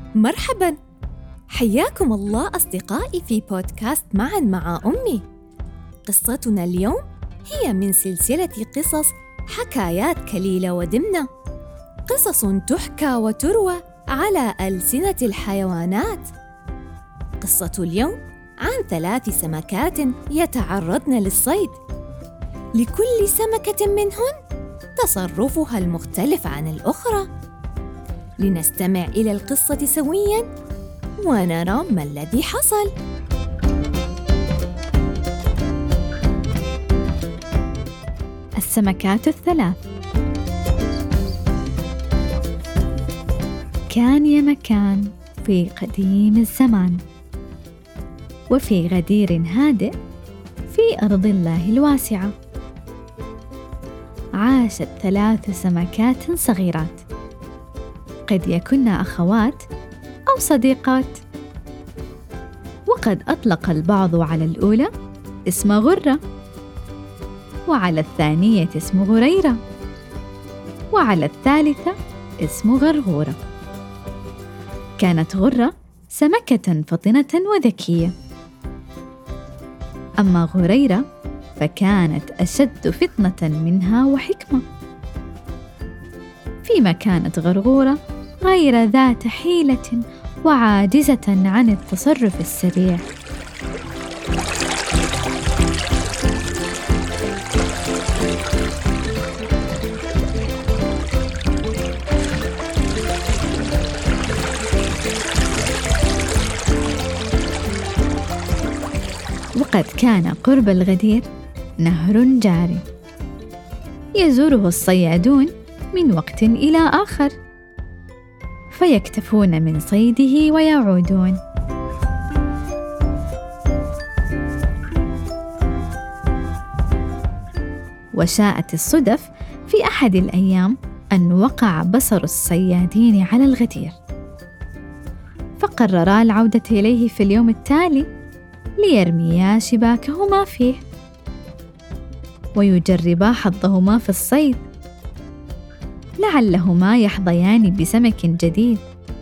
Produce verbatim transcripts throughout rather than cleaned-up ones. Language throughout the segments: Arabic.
مرحباً، حياكم الله أصدقائي في بودكاست معاً مع أمي. قصتنا اليوم هي من سلسلة قصص حكايات كليلة ودمنة، قصص تحكى وتروى على ألسنة الحيوانات. قصة اليوم عن ثلاث سمكات يتعرضن للصيد، لكل سمكة منهن تصرفها المختلف عن الأخرى. لنستمع إلى القصة سوياً ونرى ما الذي حصل. السمكات الثلاث. كان يا مكان في قديم الزمان، وفي غدير هادئ في أرض الله الواسعة، عاشت ثلاث سمكات صغيرات، قد يكن أخوات أو صديقات. وقد أطلق البعض على الأولى اسم غرة، وعلى الثانية اسم غريرة، وعلى الثالثة اسم غرغورة. كانت غرة سمكة فطنة وذكية، أما غريرة فكانت أشد فطنة منها وحكمة، فيما كانت غرغورة غير ذات حيلة وعاجزة عن التصرف السريع. وقد كان قرب الغدير نهر جاري يزوره الصيادون من وقت إلى آخر، فيكتفون من صيده ويعودون. وشاءت الصدف في أحد الأيام أن وقع بصر الصيادين على الغدير، فقررا العودة إليه في اليوم التالي ليرميا شباكهما فيه ويجربا حظهما في الصيد، لعلهما يحظيان بسمك جديد.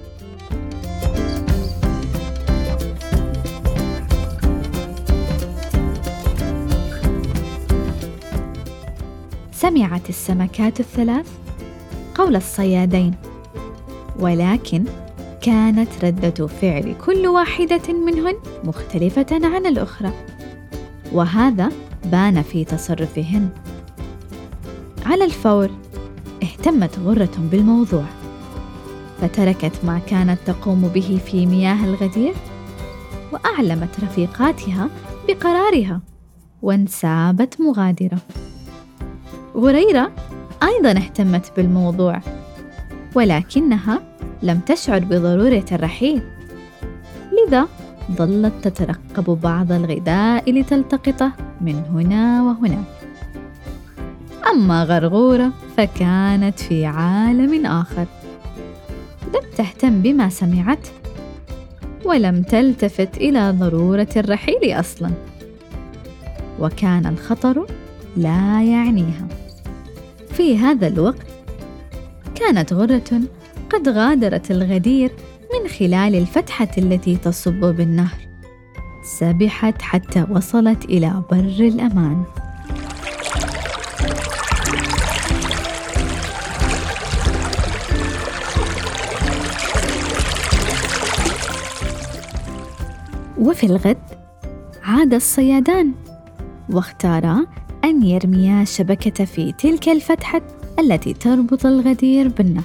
سمعت السمكات الثلاث قول الصيادين، ولكن كانت ردة فعل كل واحدة منهن مختلفة عن الأخرى، وهذا بان في تصرفهن. على الفور اهتمت غرة بالموضوع، فتركت ما كانت تقوم به في مياه الغدير، وأعلمت رفيقاتها بقرارها وانسابت مغادرة. غريرة أيضاً اهتمت بالموضوع، ولكنها لم تشعر بضرورة الرحيل، لذا ظلت تترقب بعض الغذاء لتلتقطه من هنا وهناك. أما غرغورة فكانت في عالم آخر، لم تهتم بما سمعت، ولم تلتفت إلى ضرورة الرحيل أصلاً، وكان الخطر لا يعنيها. في هذا الوقت كانت غرة قد غادرت الغدير من خلال الفتحة التي تصب بالنهر، سبحت حتى وصلت إلى بر الأمان. وفي الغد عاد الصيادان، واختارا أن يرميا الشبكة في تلك الفتحة التي تربط الغدير بالنهر.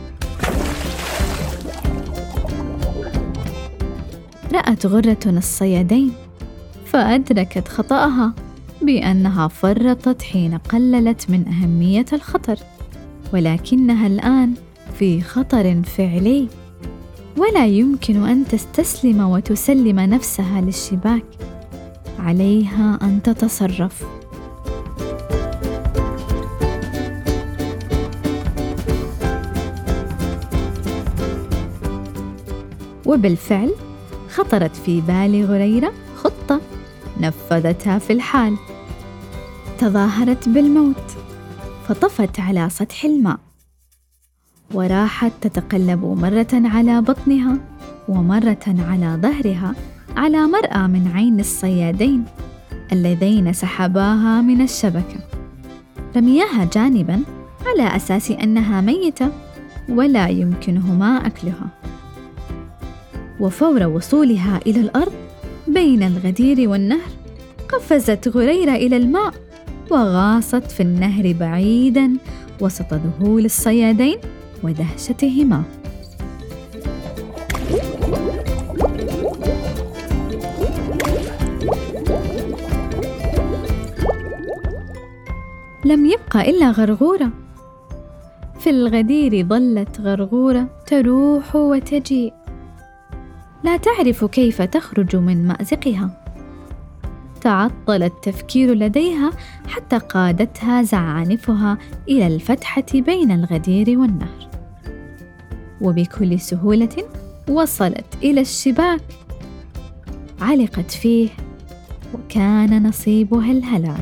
رأت غرة الصيادين فأدركت خطأها بأنها فرطت حين قللت من أهمية الخطر، ولكنها الآن في خطر فعلي، ولا يمكن أن تستسلم وتسلم نفسها للشباك، عليها أن تتصرف. وبالفعل خطرت في بال غريرة خطة نفذتها في الحال. تظاهرت بالموت فطفت على سطح الماء، وراحت تتقلب مرة على بطنها ومرة على ظهرها على مرأى من عين الصيادين اللذين سحباها من الشبكة، رمياها جانباً على أساس أنها ميتة ولا يمكنهما أكلها. وفور وصولها إلى الأرض بين الغدير والنهر، قفزت غريرة إلى الماء وغاصت في النهر بعيداً وسط ذهول الصيادين ودهشتهما. لم يبق إلا غرغورة. في الغدير ظلت غرغورة تروح وتجيء، لا تعرف كيف تخرج من مأزقها. تعطل التفكير لديها حتى قادتها زعانفها إلى الفتحة بين الغدير والنهر، وبكل سهولة وصلت إلى الشباك. علقت فيه وكان نصيبها الهلاك.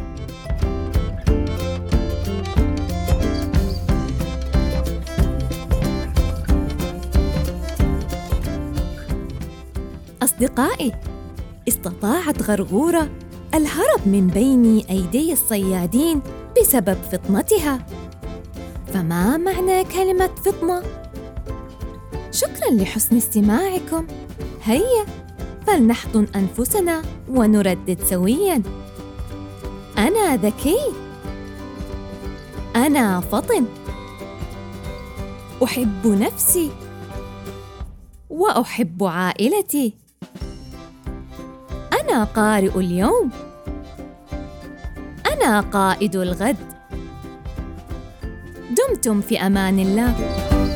أصدقائي، استطاعت غرغورة الهرب من بين أيدي الصيادين بسبب فطنتها. فما معنى كلمة فطنة؟ شكراً لحسن استماعكم. هيا فلنحضن أنفسنا ونردد سوياً: أنا ذكي، أنا فطن، أحب نفسي وأحب عائلتي، أنا قارئ اليوم، أنا قائد الغد. دمتم في أمان الله.